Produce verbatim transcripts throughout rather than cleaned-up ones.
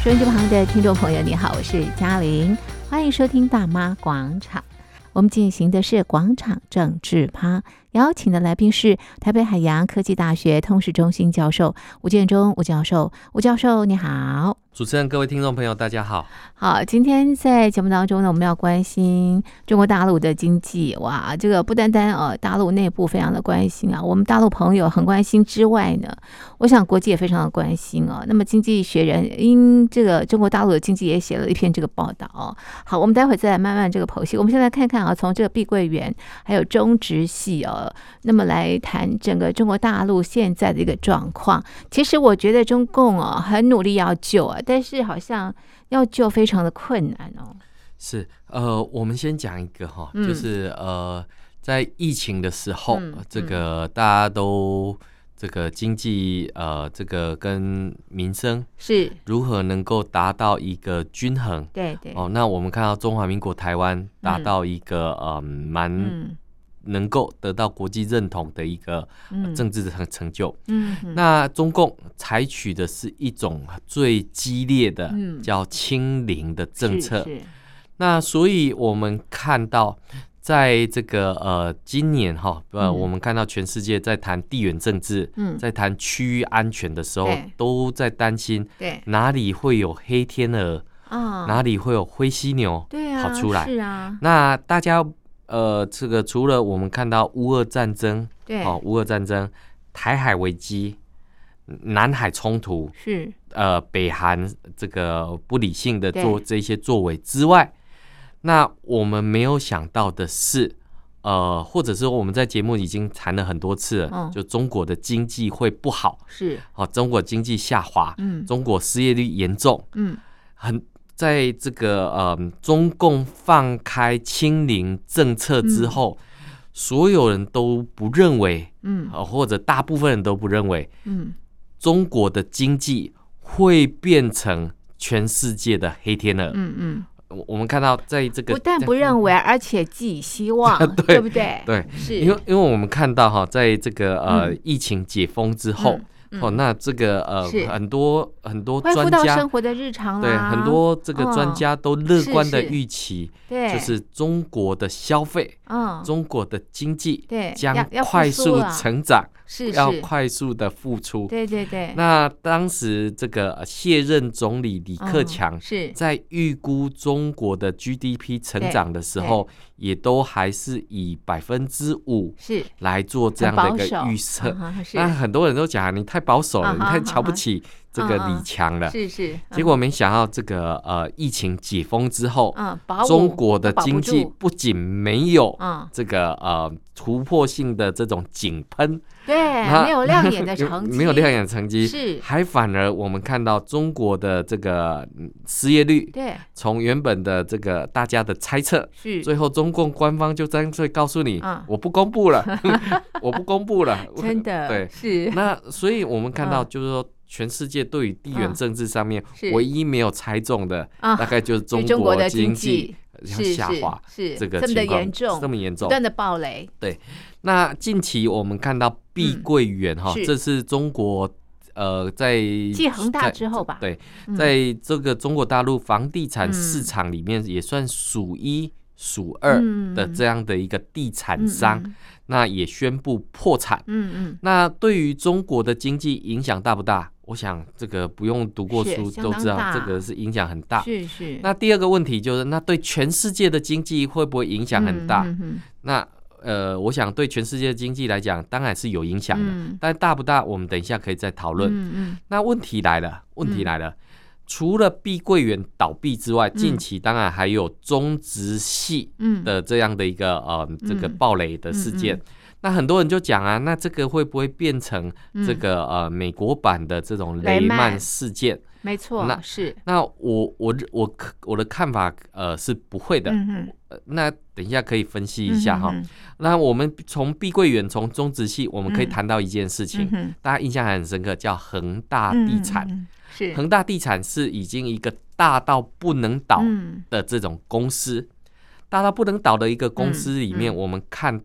收音机旁的听众朋友你好，我是嘉玲，欢迎收听大妈广场。我们进行的是广场政治趴，邀请的来宾是台北海洋科技大学通识中心教授吴建中吴教授。吴教授你好。 主持人各位听众朋友大家好。 好，今天在节目当中呢，我们要关心中国大陆的经济。哇，这个不单单呃大陆内部非常的关心啊，我们大陆朋友很关心之外呢，我想国际也非常的关心啊。那么经济学人因这个中国大陆的经济也写了一篇这个报道哦。好，我们待会再来慢慢这个剖析。我们先来看看啊，从这个碧桂园还有中植系哦，那么来谈整个中国大陆现在的一个状况。其实我觉得中共哦很努力要救啊，但是好像要救非常的困难哦。 是，呃，我们先讲一个哈， 嗯、 就是呃，在疫情的时候， 嗯、 这个大家都这个经济呃，这个跟民生是如何能够达到一个均衡？ 对对。哦， 那我们看到中华民国台湾达到一个呃蛮。嗯能够得到国际认同的一个政治的成就。嗯嗯、那中共采取的是一种最激烈的、嗯、叫清零的政策。是是，那所以我们看到，在这个呃今年哈呃、嗯，我们看到全世界在谈地缘政治，嗯、在谈区域安全的时候，都在担心哪里会有黑天鹅，哪里会有灰犀牛跑出来。 对啊，是啊。 那大家。呃，这个除了我们看到乌俄战争，对，哦，乌俄战争、台海危机、南海冲突，是呃，北韩这个不理性的做这些作为之外，那我们没有想到的是，呃，或者是我们在节目已经谈了很多次了，嗯、就中国的经济会不好，是，哦，中国经济下滑，嗯，中国失业率严重，嗯，很。在这个呃中共放开清零政策之后，嗯、所有人都不认为，嗯、呃，或者大部分人都不认为，嗯，中国的经济会变成全世界的黑天鹅。嗯嗯，我们看到在这个不但不认为，而且寄予希望，对, 对不对？ 对，是因为因为我们看到哈，在这个呃、嗯、疫情解封之后。嗯哦，那这个呃，很多很多专家恢复到生活的日常啦， 对，很多这个专家都乐观的预期，对、哦，就是中国的消费，嗯，中国的经济，对，将快速成长，是要快速的复出， 对对对。 那当时这个卸任总理李克强是在预估中国的 G D P 成长的时候，也都还是以百分之五是来做这样的一个预测。嗯、那很多人都讲你太保守了，啊、你太瞧不起这个李强了。啊、是是。啊、结果没想到这个呃疫情解封之后，啊、中国的经济不仅没有这个呃突破性的这种井喷。 对，没有亮眼的成绩， 没有亮眼的成绩，是还反而我们看到中国的这个失业率，对，从原本的这个大家的猜测，是最后中共官方就干脆告诉你，嗯、我不公布了，我不公布了， 真的， 对， 是那所以我们看到就是说。全世界对于地缘政治上面唯一没有猜中的，嗯、大概就是中国的经济下滑， 是这个这么的严重， 这么严重， 不断的暴雷。 对，那近期我们看到碧桂园哈，嗯、这是中国呃在继恒大之后吧？ 对，在这个中国大陆房地产市场里面也算数一数二的这样的一个地产商。嗯嗯嗯那也宣布破产。嗯嗯。那对于中国的经济影响大不大？我想这个不用读过书都知道，这个是影响很大。是是。那第二个问题就是，那对全世界的经济会不会影响很大？嗯嗯、那呃，我想对全世界的经济来讲，当然是有影响的。嗯、但大不大，我们等一下可以再讨论。嗯嗯。那问题来了，问题来了。嗯除了碧桂园倒闭之外，近期当然还有中植系的这样的一个、嗯、呃这个暴雷的事件。嗯嗯、那很多人就讲啊，那这个会不会变成这个、嗯、呃美国版的这种雷曼事件？ 没错， 那是。 那我我我我的看法呃是不会的。嗯呃、那等一下可以分析一下哈。嗯、那我们从碧桂园从中植系，我们可以谈到一件事情，嗯、大家印象还很深刻，叫恒大地产。嗯是恒大地产是已经一个大到不能倒的这种公司，嗯、大到不能倒的一个公司里面，嗯嗯、我们看到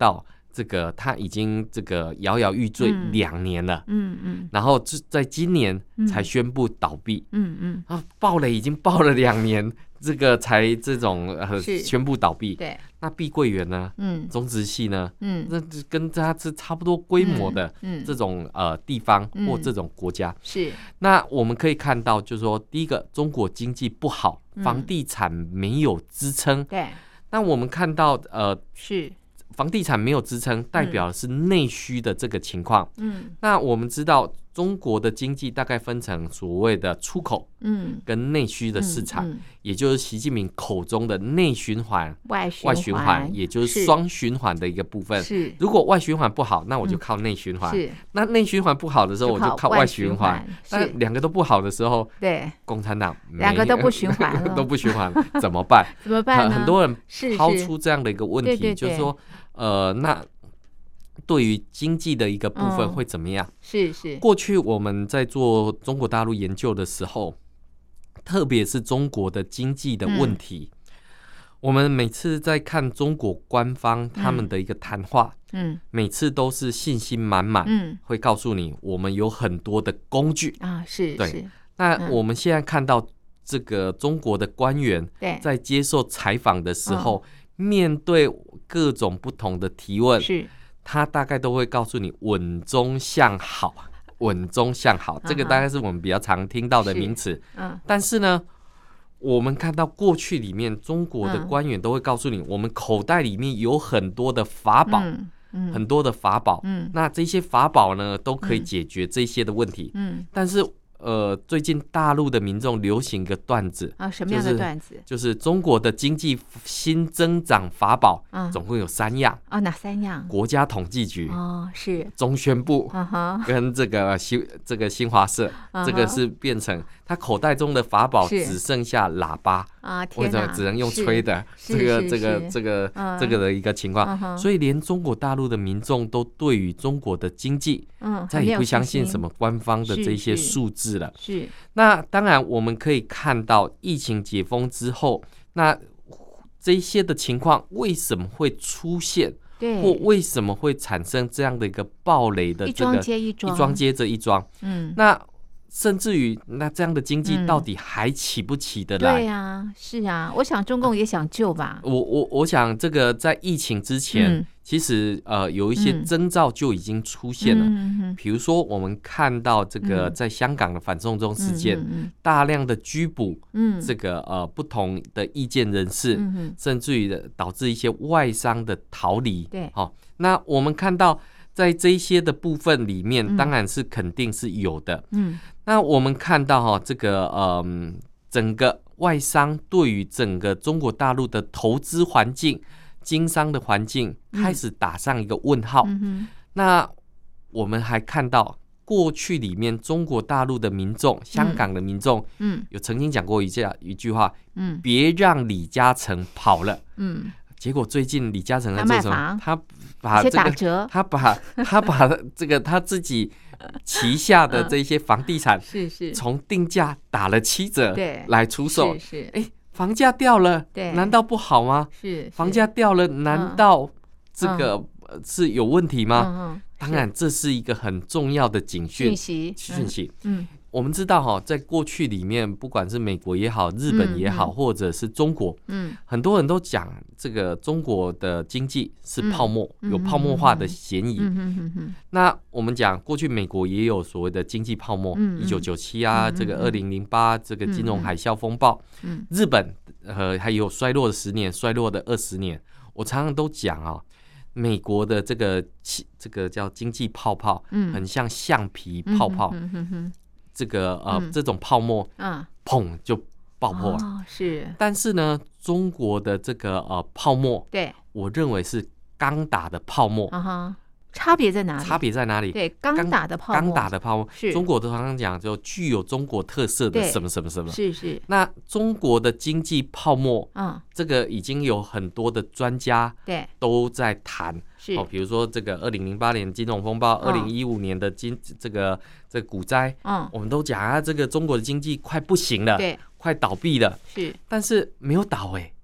这个它已经这个摇摇欲坠两年了， 嗯嗯， 然后在今年才宣布倒闭， 嗯嗯， 啊，暴雷已经爆了两年，这个才这种呃宣布倒闭， 对， 那碧桂园呢， 嗯， 中植系呢， 嗯， 那跟它是差不多规模的， 嗯， 这种呃地方或这种国家， 是， 那我们可以看到，就是说，第一个，中国经济不好，房地产没有支撑， 对， 那我们看到呃是。 房地产没有支撑，代表的是内需的这个情况。嗯，那我们知道中国的经济大概分成所谓的出口，嗯，跟内需的市场，嗯嗯、也就是习近平口中的内循环、 外外循环，也就是双循环的一个部分。 是， 如果外循环不好，那我就靠内循环；嗯、是，那内循环不好的时候，我就靠外循环。那两个都不好的时候， 对， 共产党两个都不循环了， 都不循环，怎么办？ 怎么办呢？ 很多人抛出这样的一个问题， 对对对就是说。呃，那对于经济的一个部分会怎么样？ 嗯、是是。 过去我们在做中国大陆研究的时候，特别是中国的经济的问题，嗯、我们每次在看中国官方他们的一个谈话，嗯，每次都是信心满满，嗯，会告诉你我们有很多的工具啊，是对。 是那我们现在看到这个中国的官员在接受采访的时候，嗯、面对各种不同的提问，是，他大概都会告诉你稳中向好，稳中向好，这个大概是我们比较常听到的名词。嗯，但是呢，我们看到过去里面中国的官员都会告诉你，我们口袋里面有很多的法宝，嗯嗯、很多的法宝，嗯，那这些法宝呢都可以解决这些的问题，嗯，但是。呃，最近大陆的民众流行一个段子啊，什么样的段子？ 就是、就是中国的经济新增长法宝，嗯、总共有三样啊，哪三样？ 国家统计局哦，是中宣部， uh-huh、 跟这个新这个新华社， uh-huh、这个是变成他口袋中的法宝只剩下喇叭啊， 或者只能用吹的，这个这个这个、uh-huh、这个的一个情况， uh-huh、所以连中国大陆的民众都对于中国的经济，嗯，再也不相信什么官方的这些数字。是, 是， 那当然我们可以看到疫情解封之后，那这些的情况为什么会出现， 对， 或为什么会产生这样的一个暴雷的这个一桩接一桩， 一桩接着一桩，嗯，那甚至于那这样的经济到底还起不起得来？ 对呀、啊，是啊，我想中共也想救吧。 我我我想这个在疫情之前，嗯、其实呃有一些征兆就已经出现了。嗯、比如说我们看到这个在香港的反送中事件，嗯、大量的拘捕，嗯、这个呃不同的意见人士，嗯、甚至于导致一些外商的逃离。 对， 好、哦，那我们看到。在这一些的部分里面，嗯、当然是肯定是有的。嗯，那我们看到哈、哦，这个嗯，整个外商对于整个中国大陆的投资环境、经商的环境开始打上一个问号。嗯、那我们还看到过去里面中国大陆的民众、香港的民众，嗯，有曾经讲过一下一句话，嗯，别让李嘉诚跑了。嗯。结果最近李嘉诚在做什么？他把这个，他把他把这个他自己旗下的这些房地产， 是是， 从定价打了七折， 对， 来出售。 是是， 哎，房价掉了， 对， 难道不好吗？ 是， 房价掉了，难道这个是有问题吗？当然，这是一个很重要的警讯讯息讯息。嗯。我们知道哈，在过去里面，不管是美国也好，日本也好，嗯嗯、或者是中国，嗯，很多人都讲这个中国的经济是泡沫，嗯、有泡沫化的嫌疑。嗯嗯嗯嗯、那我们讲过去美国也有所谓的经济泡沫，一九九七啊，嗯、这个二零零八这个金融海啸风暴，嗯、日本呃还有衰落的十年，衰落的二十年。我常常都讲啊，美国的这个这个叫经济泡泡，嗯、很像橡皮泡泡。嗯嗯嗯嗯这个呃、嗯，这种泡沫，嗯，砰就爆破了。 哦，是。 但是呢，中国的这个呃泡沫， 对， 我认为是刚打的泡沫。 啊哈，差别在哪里？ 差别在哪里？ 对，刚打的泡沫， 刚打的泡沫， 是中国常常讲就具有中国特色的什么什么什么。 是是。 那中国的经济泡沫，嗯，这个已经有很多的专家对都在谈。哦，比如说这个二零零八年金融风暴，二零一五年的经这个这个股灾，嗯，我们都讲啊，这个中国的经济快不行了， 对， 快倒闭了， 是， 但是没有倒哎、欸，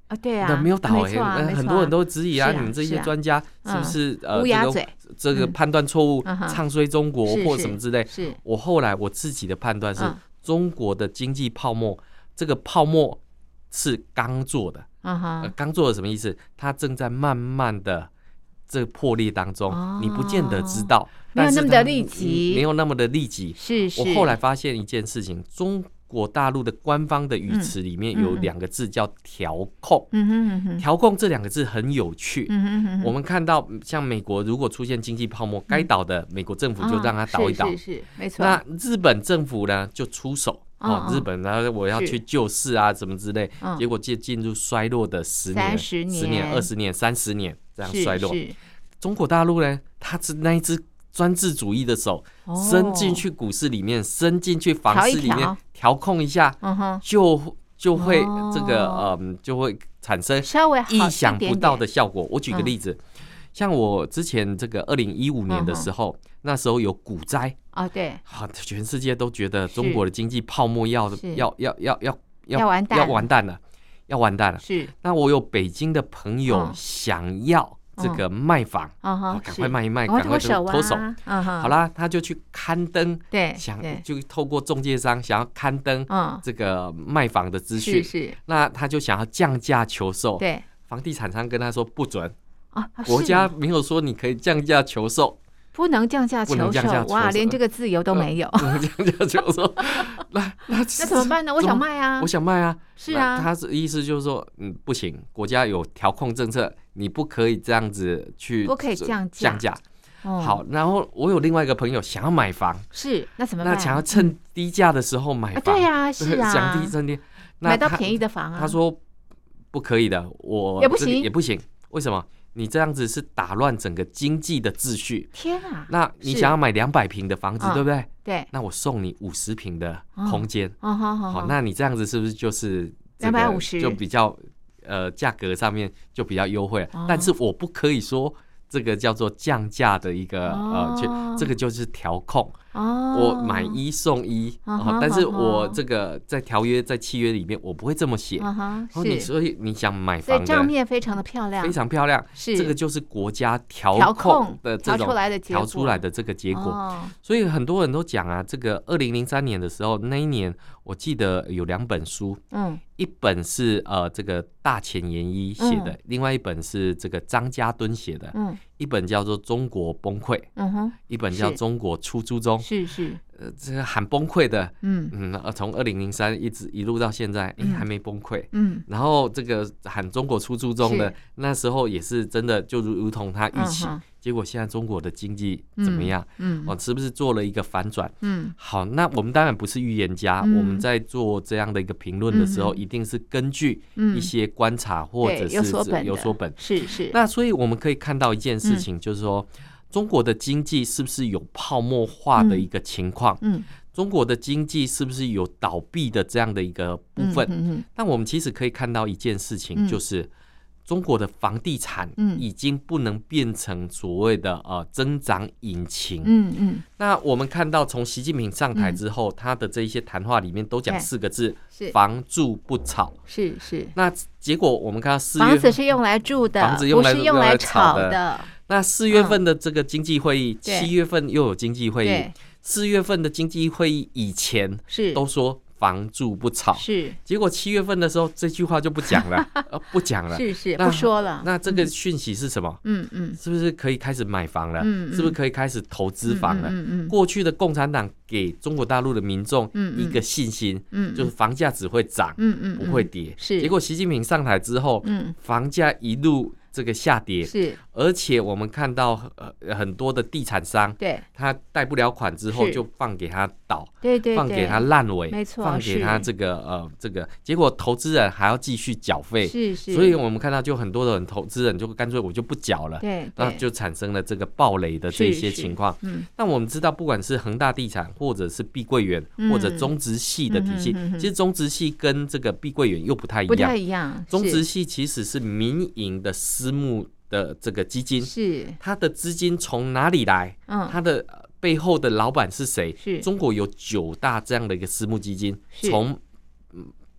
啊，对啊， 没有倒哎、欸啊呃，很多人都质疑啊， 啊你们这些专家是不是、 嗯、 呃乌鸦嘴、 这个这个判断错误， 嗯、 唱衰中国或什么之类。 是，是我后来我自己的判断是， 嗯、 中国的经济泡沫，这个泡沫是刚做的。 嗯哼， 呃，刚做的什么意思？它正在慢慢的这个破裂当中，哦、你不见得知道， 没有那么的立即， 没有那么的立即。 是是。 我后来发现一件事情，中国大陆的官方的语词里面有两个字叫调控。嗯哼嗯哼，调控这两个字很有趣。嗯哼嗯哼，我们看到像美国如果出现经济泡沫，该、嗯、倒的美国政府就让它倒一倒。 哦、是, 是是，没错。 那日本政府呢就出手。哦，日本然后我要去救市啊，什么之类，嗯、结果就进入衰落的十年、 十年、二十年、三十年这样衰落。中国大陆呢，它是那一只专制主义的手、哦、伸进去股市里面，伸进去房市里面，调控一下，嗯、就就会这个、哦、嗯，就会产生意想不到的效果。我举个例子。嗯，像我之前这个二零一五年的时候，嗯、那时候有股灾啊，对， 好，全世界都觉得中国的经济泡沫要要要要要要完蛋要完蛋了，要完蛋了。 是， 那我有北京的朋友想要这个卖房，赶、嗯、快卖一卖，赶、嗯、快脱手。嗯、好啦，他就去刊登， 对， 想就透过中介商想要刊登这个卖房的资讯， 是是， 那他就想要降价求售， 对， 房地产商跟他说不准。 啊、 国家没有说你可以降价求售， 不能降价求售，哇，连这个自由都没有， 不能降价求售，那那那怎么办呢？我想卖啊， 我想卖啊， 是啊， 他的意思就是说，嗯，不行，国家有调控政策，你不可以这样子去， 不可以降价， 降价。哦、好，然后我有另外一个朋友想要买房， 是，那怎么办？ 那想要趁低价的时候买房， 啊对呀、啊，是啊， 降低降低， 买到便宜的房啊。 他说不可以的，我也不行， 也不行，为什么？你这样子是打乱整个经济的秩序。 天啊！ 那你想要买两百平的房子，对不对？ 对。 那我送你五十平的空间。 哦，好好好。那你这样子是不是就是两百五十？ 就比较呃价格上面就比较优惠了。但是我不可以说这个叫做降价的一个呃，这个就是调控。哦，我买一送一，哦，但是我这个在条约在契约里面我不会这么写。然后你所以你想买房的， 所以账面非常的漂亮， 非常漂亮， 是这个就是国家调控的这种调出来的结果， 调出来的这个结果。所以很多人都讲啊，这个二零零三年的时候，那一年我记得有两本书，嗯，一本是呃这个大前研一写的，另外一本是这个张家敦写的，嗯，一本叫做《中国崩溃》，嗯哼，一本叫《中国出租中》。 是是， 呃，这个喊崩溃的，嗯嗯，从二零零三一直一路到现在，哎、嗯，还没崩溃，嗯，然后这个喊中国出租中的那时候也是真的，就如如同他预期，嗯，结果现在中国的经济怎么样？嗯，哦，是不是做了一个反转？嗯，好，那我们当然不是预言家，嗯，我们在做这样的一个评论的时候，嗯，一定是根据一些观察或者是有所本， 是是。 那所以我们可以看到一件事情，嗯，就是说。中国的经济是不是有泡沫化的一个情况？嗯，嗯中国的经济是不是有倒闭的这样的一个部分？嗯嗯嗯，但我们其实可以看到一件事情，就是、嗯、中国的房地产已经不能变成所谓的呃增长引擎。嗯嗯。那我们看到从习近平上台之后，嗯、他的这一些谈话里面都讲四个字：房住不炒。 是是。 那结果我们看到四月， 房子是用来住的， 房子用来不是用来炒的。 那四月份的这个经济会议，七、嗯、月份又有经济会议。四月份的经济会议以前是都说房住不炒， 是结果七月份的时候这句话就不讲了，呃，不讲了， 是是不说了。 那这个讯息是什么？嗯嗯，是不是可以开始买房了？嗯嗯，是不是可以开始投资房了？嗯 嗯, 嗯, 嗯，过去的共产党给中国大陆的民众一个信心，嗯, 嗯，就是房价只会涨，嗯嗯，不会跌。是结果习近平上台之后，嗯，房价一路这个下跌，是，而且我们看到呃很多的地产商，对，他贷不了款之后就放给他倒，对 对, 对，放给他烂尾，没错，放给他这个呃这个，结果投资人还要继续缴费，是是，所以我们看到就很多的人投资人就干脆我就不缴了，对，那就产生了这个暴雷的这些情况。嗯，那我们知道，不管是恒大地产或者是碧桂园、嗯、或者中植系的体系，嗯、哼哼哼其实中植系跟这个碧桂园又不太一样，不太一样。中植系其实是民营的私募的这个基金，是它的资金从哪里来？嗯，它的背后的老板是谁？是中国有九大这样的一个私募基金，从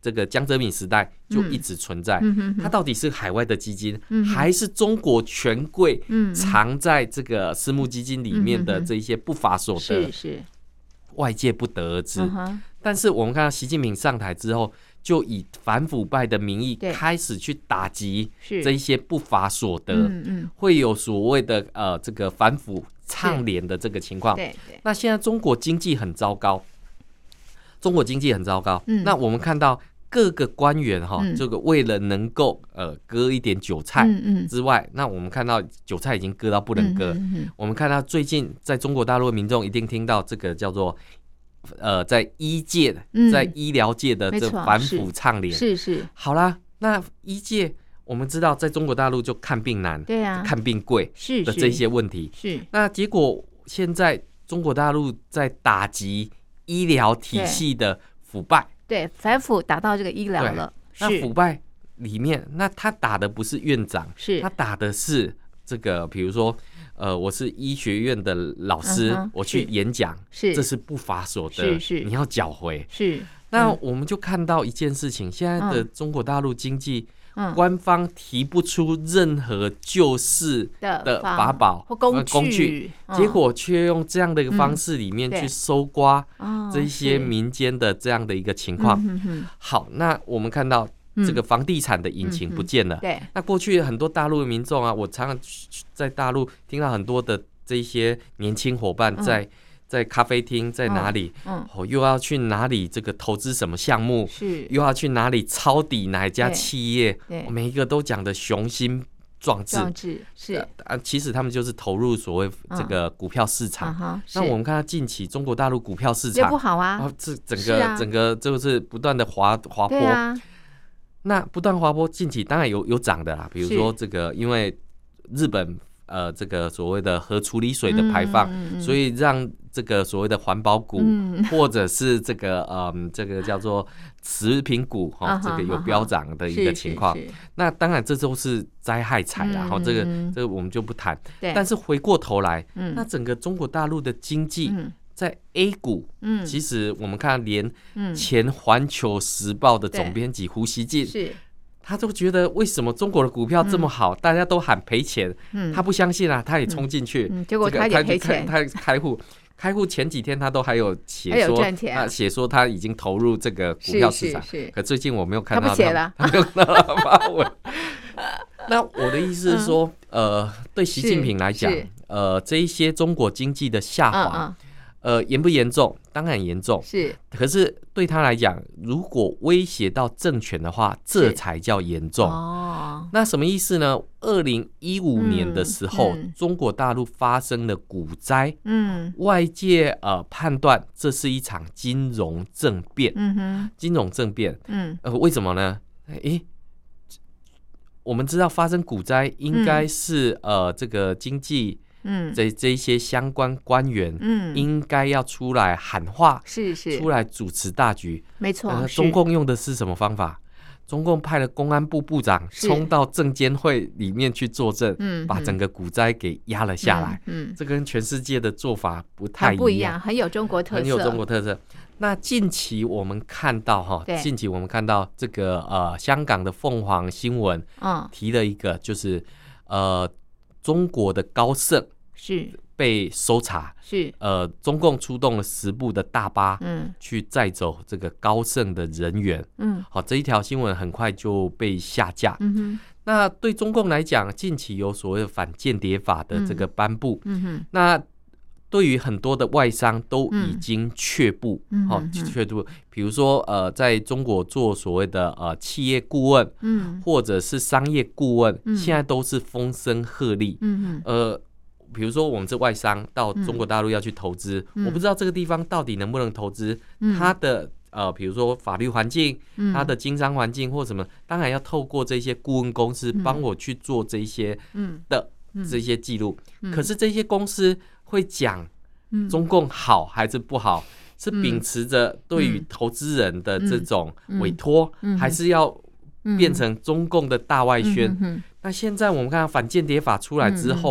这个江泽民时代就一直存在。嗯、它到底是海外的基金，嗯、还是中国权贵藏在这个私募基金里面的这些不法所得？ 是是， 外界不得而知。嗯、但是我们看到习近平上台之后，就以反腐败的名义开始去打击这一些不法所得，嗯嗯、会有所谓的呃这个反腐倡廉的这个情况。那现在中国经济很糟糕，中国经济很糟糕。嗯、那我们看到各个官员哈，嗯、这个为了能够呃割一点韭菜之外，嗯嗯、那我们看到韭菜已经割到不能割。嗯嗯嗯、我们看到最近在中国大陆的民众一定听到这个叫做。呃，在医界的，在医疗界的这反腐倡廉， 是是。 好啦，那医界我们知道，在中国大陆就看病难， 对啊， 看病贵是的这些问题， 是。 那结果现在中国大陆在打击医疗体系的腐败， 对，反腐打到这个医疗了。 那腐败里面，那他打的不是院长， 是他打的是这个，比如说。呃，我是医学院的老师，嗯、我去演讲，这是不法所得， 是是， 你要缴回。 是， 那我们就看到一件事情，现在的中国大陆经济，嗯、官方提不出任何救市的法宝或工具， 工具嗯、结果却用这样的一个方式里面去搜刮这些民间的这样的一个情况。哦、好，那我们看到。这个房地产的引擎不见了。 嗯嗯、对， 那过去很多大陆的民众啊，我常常在大陆听到很多的这些年轻伙伴在、嗯、在咖啡厅，在哪里，嗯，哦，又要去哪里这个投资什么项目， 是， 又要去哪里抄底哪一家企业，对，每一个都讲的雄心壮志， 壮志是啊，其实他们就是投入所谓这个股票市场。嗯、那我们看到近期中国大陆股票市场也不好啊， 哦，这整个、啊、整个就是不断的滑滑坡。那不断滑坡，近期当然有有涨的啦，比如说这个，因为日本呃这个所谓的核处理水的排放，嗯嗯、所以让这个所谓的环保股，嗯、或者是这个嗯这个叫做食品股哈、哦，这个有飙涨的一个情况。那当然这都是灾害财啦，哈、嗯，这个这个我们就不谈。但是回过头来，嗯、那整个中国大陆的经济。嗯在 A 股，嗯，其实我们看连前《环球时报》的总编辑胡锡进，是，他都觉得为什么中国的股票这么好，嗯、大家都喊赔钱，嗯、他不相信啊，他也冲进去， 嗯嗯、结果他也赔钱， 他开户，开户前几天他都还有写说，他写说他已经投入这个股票市场， 是是是， 可最近我没有看到他， 他不写了， 他没有看到他发文。那我的意思是说，嗯、呃，对习近平来讲，呃，这一些中国经济的下滑。嗯嗯呃，严不严重？当然严重。 是， 可是对他来讲，如果威胁到政权的话，这才叫严重。哦，那什么意思呢？二零一五年的时候，嗯嗯、中国大陆发生了股灾，嗯，外界呃判断这是一场金融政变。嗯哼，金融政变。嗯，呃，为什么呢？诶，我们知道发生股灾应该是、嗯、呃这个经济。嗯，这这一些相关官员，嗯，应该要出来喊话， 是是， 出来主持大局， 没错。 呃，中共用的是什么方法？中共派了公安部部长冲到证监会里面去作证，嗯，把整个股灾给压了下来。嗯，嗯这跟全世界的做法不太一样， 不一样，很有中国特色， 很有中国特色。那近期我们看到哈，近期我们看到这个呃香港的凤凰新闻，嗯，提了一个就是呃中国的高盛。 是被搜查， 是呃，中共出动了十部的大巴，嗯，去载走这个高盛的人员，嗯，好，这一条新闻很快就被下架。嗯哼，那对中共来讲，近期有所谓的反间谍法的这个颁布，嗯哼，那对于很多的外商都已经却步，好、嗯，却步。比如说，呃，在中国做所谓的呃企业顾问，嗯，或者是商业顾问，嗯、现在都是风声鹤唳，嗯呃。比如说，我们这外商到中国大陆要去投资，嗯、我不知道这个地方到底能不能投资，嗯、它的呃，比如说法律环境、嗯、它的经商环境或什么，当然要透过这些顾问公司帮我去做这些的这些记录。嗯嗯、可是这些公司会讲中共好还是不好，是秉持着对于投资人的这种委托，嗯嗯、还是要变成中共的大外宣？嗯嗯嗯、那现在我们看到反间谍法出来之后。嗯嗯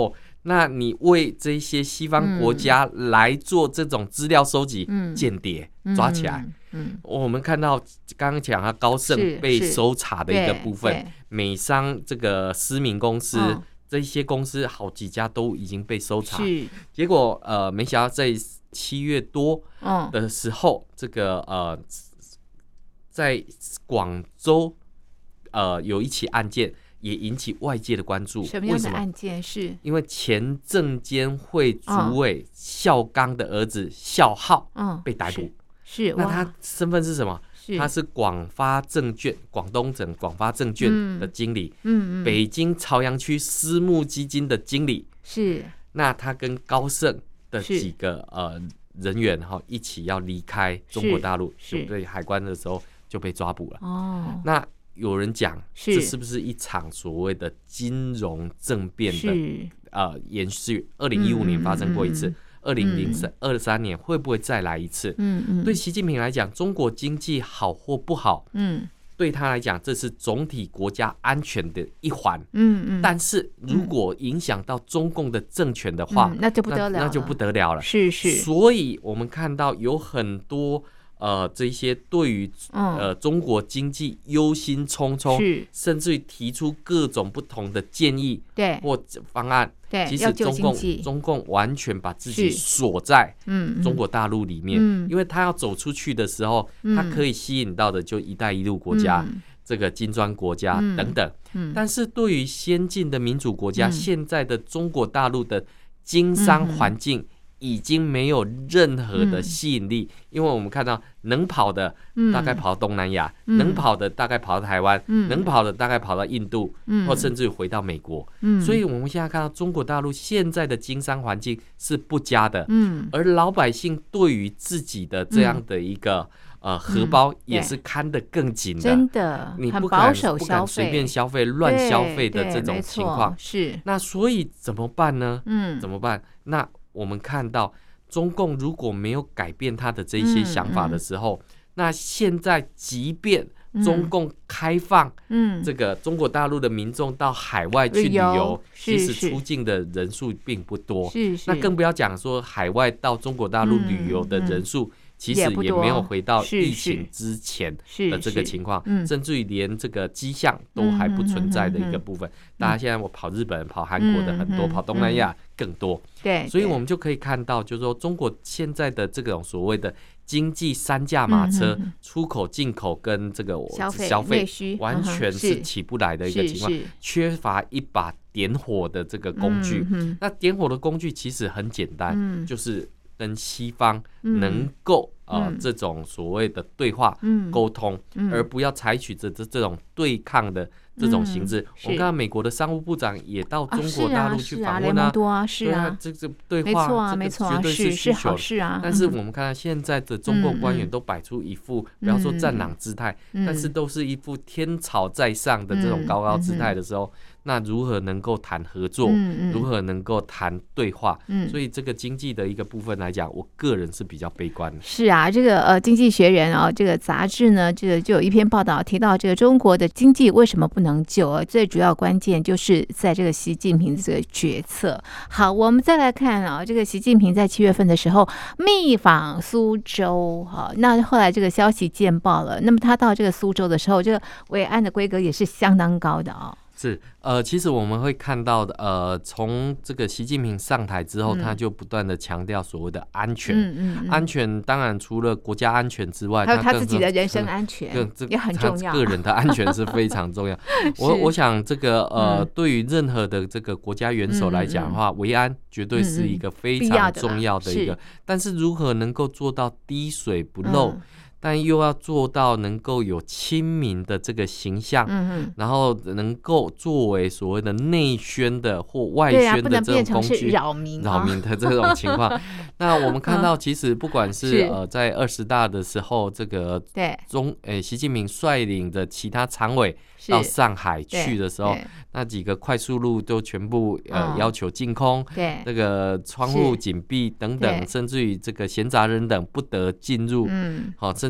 那你为这些西方国家来做这种资料收集，嗯、间谍抓起来。嗯嗯、我们看到刚刚讲到高盛被搜查的一个部分，美商这个思明公司、哦、这些公司好几家都已经被搜查，结果呃，没想到在七月多的时候，哦、这个呃，在广州呃有一起案件。也引起外界的关注。 什么样的案件？是因为前证监会主委孝刚的儿子孝浩被逮捕。 是，是那他身份是什么？是他是广发证券广东省广发证券的经理，嗯嗯、北京朝阳区私募基金的经理。是，那他跟高盛的几个呃人员哈一起要离开中国大陆，就对海关的时候就被抓捕了。哦，那。有人讲，这是不是一场所谓的金融政变的呃延续？二零一五年发生过一次，二零零三二三年会不会再来一次？嗯嗯，对习近平来讲，中国经济好或不好，嗯，对他来讲，这是总体国家安全的一环。嗯嗯，但是如果影响到中共的政权的话， 嗯、那就不得了了， 那就不得了了。 是是， 所以我们看到有很多。呃，这些对于呃中国经济忧心忡忡，甚至于提出各种不同的建议或方案。 对， 其实中共中共完全把自己锁在中国大陆里面，嗯、因为他要走出去的时候，嗯、他可以吸引到的就“一带一路”国家、嗯、这个金砖国家、嗯、等等。嗯、但是对于先进的民主国家，嗯、现在的中国大陆的经商环境。嗯已经没有任何的吸引力，嗯、因为我们看到能跑的大概跑到东南亚，嗯、能跑的大概跑到台湾，嗯、能跑的大概跑到印度，嗯、或甚至回到美国。嗯、所以我们现在看到中国大陆现在的经商环境是不佳的，嗯、而老百姓对于自己的这样的一个、嗯、呃荷包也是看得更紧的， 真的， 你不敢不敢随便消费、乱消费的这种情况。 是， 那所以怎么办呢？嗯，怎么办？那我们看到中共如果没有改变他的这些想法的时候，嗯嗯、那现在即便中共开放这个中国大陆的民众到海外去旅游，嗯、其实出境的人数并不多，是是，那更不要讲说海外到中国大陆旅游的人数。嗯嗯其实也没有回到疫情之前的这个情况，嗯、甚至于连这个迹象都还不存在的一个部分。嗯、大家现在我跑日本、跑韩国的很多，嗯、跑东南亚更多。对，所以我们就可以看到，就是说中国现在的这种所谓的经济三驾马车，嗯、出口、进口跟这个消费完全是起不来的一个情况，缺乏一把点火的这个工具。嗯、那点火的工具其实很简单，嗯、就是跟西方能够、嗯、呃这种所谓的对话、嗯、沟通，嗯、而不要采取这这这种对抗的这种形式。嗯、我们看到美国的商务部长也到中国大陆去访问啊， 啊，是啊， 啊这这对话， 没错啊， 这个绝对是需求是啊。 但是我们看到现在的中共官员都摆出一副，不要说战狼姿态，嗯、但是都是一副天朝在上的这种高高姿态的时候。嗯嗯那如何能够谈合作？嗯嗯、如何能够谈对话？嗯、所以这个经济的一个部分来讲，我个人是比较悲观的。 是啊，这个呃，《经济学人》啊、哦，这个杂志呢，这个就有一篇报道提到，这个中国的经济为什么不能救啊？最主要关键就是在这个习近平的这个决策。好，我们再来看啊，这个习近平在七月份的时候密访苏州，哈，那后来这个消息见报了。那么他到这个苏州的时候，这个维安的规格也是相当高的啊、哦。 是，呃，其实我们会看到的，呃，从这个习近平上台之后，嗯、他就不断的强调所谓的安全。嗯嗯嗯、安全当然除了国家安全之外， 还有他自己的人身安全，嗯、也很重要。 他个人的安全是非常重要。我我想这个呃，嗯、对于任何的这个国家元首来讲的话，维、嗯、安绝对是一个非常重要的一个。嗯、但是如何能够做到滴水不漏？嗯但又要做到能够有亲民的这个形象，嗯、然后能够作为所谓的内宣的或外宣的这种工具， 扰民扰民的这种情况。那我们看到，其实不管是, 是呃在二十大的时候，这个中诶习近平率领的其他常委到上海去的时候，那几个快速路都全部呃、哦、要求净空，对，这个窗户紧闭等等，甚至于这个闲杂人等不得进入，嗯，好、哦，甚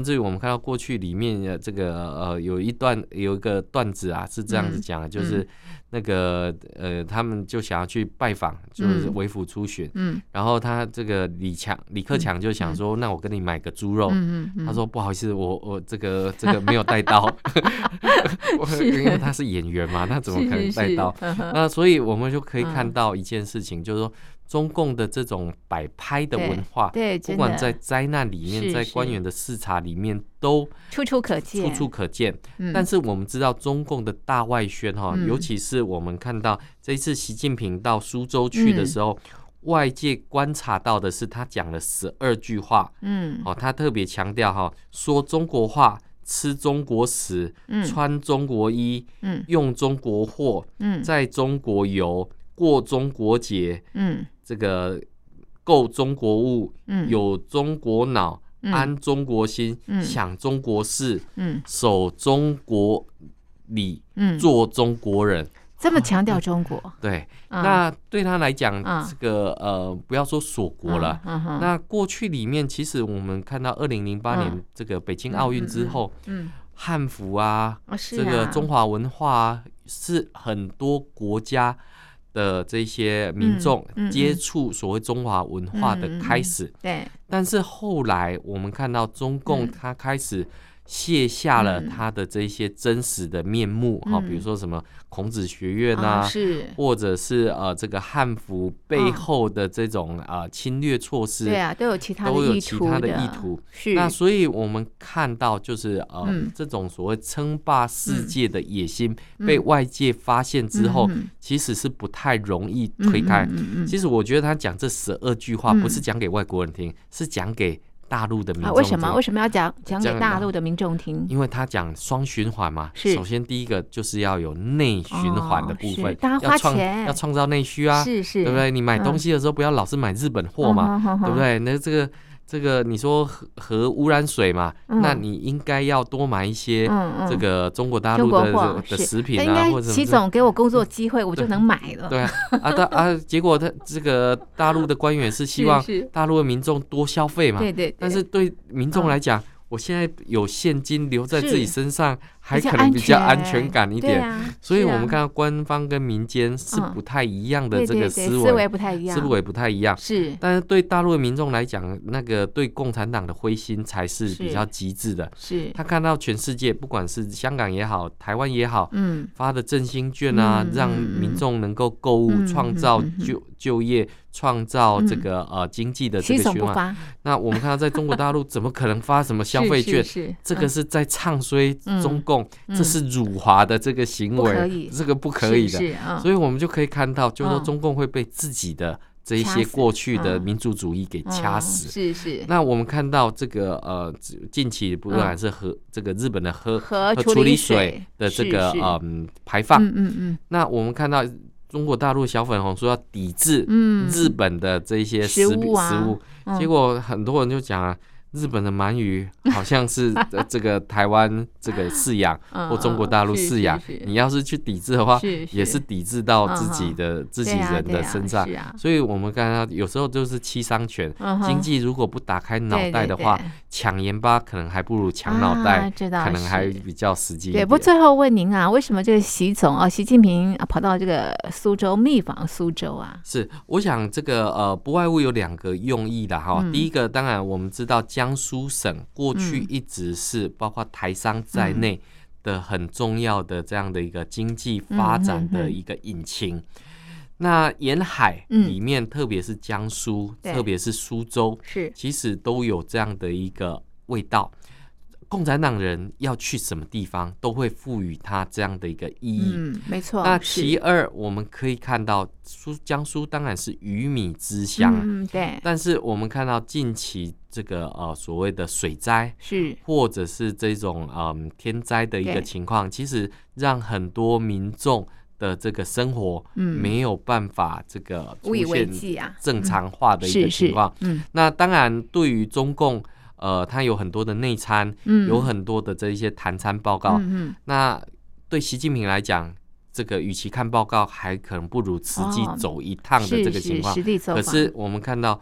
至于我们看到过去里面的这个呃有一段有一个段子啊是这样子讲的，嗯、就是那个呃他们就想要去拜访，就是微服出巡，嗯，然后他这个李强李克强就想说，嗯、那我跟你买个猪肉，嗯嗯、他说不好意思，我我这个这个没有带刀，因为他是演员嘛，他怎么可能带刀？是是是那所以我们就可以看到一件事情，嗯、就是说。中共的这种摆拍的文化， 对， 不管在灾难里面，在官员的视察里面，都处处可见， 处处可见。嗯、但是我们知道，中共的大外宣哈，嗯、尤其是我们看到这一次习近平到苏州去的时候，嗯、外界观察到的是他讲了十二句话，嗯，哦，他特别强调哈，说中国话。吃中国食，嗯、穿中国衣，嗯、用中国货，嗯、在中国游，过中国节，嗯、这个购中国物，嗯、有中国脑，嗯、安中国心，嗯、想中国事，嗯、守中国礼，嗯、做中国人。 这么强调中国， 啊、对，嗯、那对他来讲，嗯、这个呃，不要说锁国了，嗯嗯、那过去里面，其实我们看到二零零八年这个北京奥运之后，嗯嗯嗯、汉服啊，哦、是啊这个中华文化啊，是很多国家的这些民众接触所谓中华文化的开始。嗯嗯嗯、对，但是后来我们看到中共它开始。卸下了他的这些真实的面目哈、嗯，比如说什么孔子学院啊，啊是或者是呃这个汉服背后的这种啊、呃、侵略措施， 对啊，都有其他的都有其他的意图。是，那所以我们看到就是呃、嗯、这种所谓称霸世界的野心被外界发现之后，嗯、其实是不太容易推开。嗯嗯嗯、其实我觉得他讲这十二句话不是讲给外国人听，嗯、是讲给大陆的民众、啊、 为什么为什么要讲讲给大陆的民众听？ 因为他讲双循环嘛，首先第一个就是要有内循环的部分，哦、大家花钱要创造内需啊， 是是， 对不对？你买东西的时候不要老是买日本货嘛，嗯、对不对？那这个。这个你说核核污染水嘛，嗯、那你应该要多买一些这个中国大陆 的,、嗯嗯、的食品啊，或者习总给我工作机会，我就能买了。 对啊，啊啊，结果他这个大陆的官员是希望大陆的民众多消费嘛， 对对对， 但是对民众来讲。嗯我现在有现金留在自己身上，还可能比较安全感一点， 啊、 所以我们看到官方跟民间是不太一样的这个思维，嗯、对对对思维不太一样， 思维不太一样。 是， 但是对大陆的民众来讲，那个对共产党的灰心才是比较极致的。 是， 他看到全世界，不管是香港也好，台湾也好，嗯，发的振兴券啊，嗯、让民众能够购物，创、嗯、造就、嗯、就业。创造这个、嗯、呃经济的这个循环，那我们看到在中国大陆怎么可能发什么消费券？ 是是是这个是在唱衰中共，嗯、这是辱华的这个行为，这个不可以的。 是是嗯、所以我们就可以看到，就是说中共会被自己的这一些过去的民族主义给掐死。 嗯嗯、是是。 那我们看到这个呃近期不管是核、嗯、这个日本的核核处理水的这个是是嗯排放， 嗯嗯嗯， 那我们看到。中国大陆小粉红说要抵制日本的这些食品、嗯、食物，啊、结果很多人就讲啊，日本的鳗鱼好像是这个台湾这个饲养或中国大陆饲养，你要是去抵制的话，是是也是抵制到自己的、嗯、自己人的身上。啊啊、所以我们看到有时候就是七伤拳，嗯、经济如果不打开脑袋的话，抢盐巴可能还不如抢脑袋，啊、可能还比较实际一点。 对，不过最后问您啊，为什么这个习总啊，习近平啊跑到这个苏州密访苏州啊？ 是，我想这个呃不外乎有两个用意的哈。嗯、第一个当然我们知道江江苏省过去一直是包括台商在内的很重要的这样的一个经济发展的一个引擎。那沿海里面，特别是江苏，特别是苏州，是其实都有这样的一个味道。共产党人要去什么地方，都会赋予它这样的一个意义。 嗯，没错。 那其二，我们可以看到苏江苏当然是鱼米之乡， 嗯，对。 但是我们看到近期这个呃所谓的水灾， 是或者是这种嗯天灾的一个情况，其实让很多民众的这个生活没有办法这个出现正常化的一个情况。嗯，那当然对于中共。呃，它有很多的内参，嗯、有很多的这一些谈参报告。嗯嗯、那对习近平来讲，这个与其看报告，还可能不如实际走一趟的这个情况。 哦、是是实地走访。 可是我们看到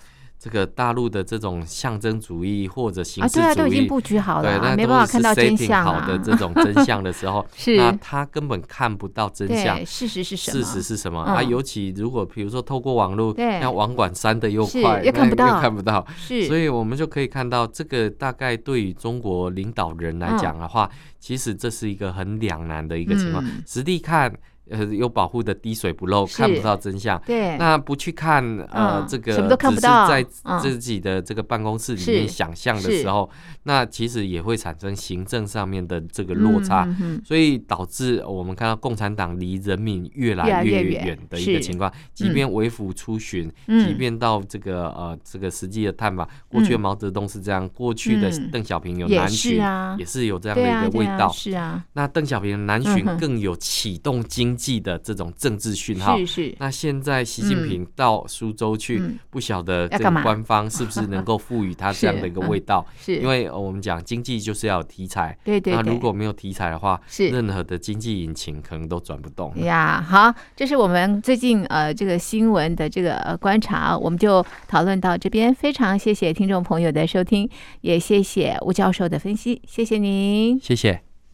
这个大陆的这种象征主义或者形式主义， 啊，对啊，都已经布局好了、啊， 对，那没办法看到真相啊。好的这种真相的时候， 是那他根本看不到真相， 事实是什么？ 事实是什么、 嗯、 啊？尤其如果比如说透过网络， 对， 像网管删的又快， 又看不到， 又看不到， 是， 所以我们就可以看到，这个大概对于中国领导人来讲的话、嗯，其实这是一个很两难的一个情况。嗯、实地看。呃，有保护的滴水不漏，看不到真相。 对， 那不去看，呃， 嗯、 这个什么都看不到， 只是在自己的这个办公室里面想象的时候，那其实也会产生行政上面的这个落差，嗯嗯、所以导致我们看到共产党离人民越来越远的一个情况。即便微服出巡， 嗯、 即便到这个呃这个实际的探访，过去的毛泽东是这样，过去的邓小平有南巡， 也是啊， 也是有这样的一个味道。 啊啊、是啊， 那邓小平的南巡更有启动经济的这种政治讯号。 是是。 那现在习近平到苏州去，嗯、不晓得这个官方是不是能够赋予他这样的一个味道？ 是， 因为我们讲经济就是要有题材， 对对对。 那如果没有题材的话， 是任何的经济引擎可能都转不动。 呀，好，这是我们最近呃这个新闻的这个、呃、观察，我们就讨论到这边。非常谢谢听众朋友的收听，也谢谢吴教授的分析，谢谢您， 谢谢。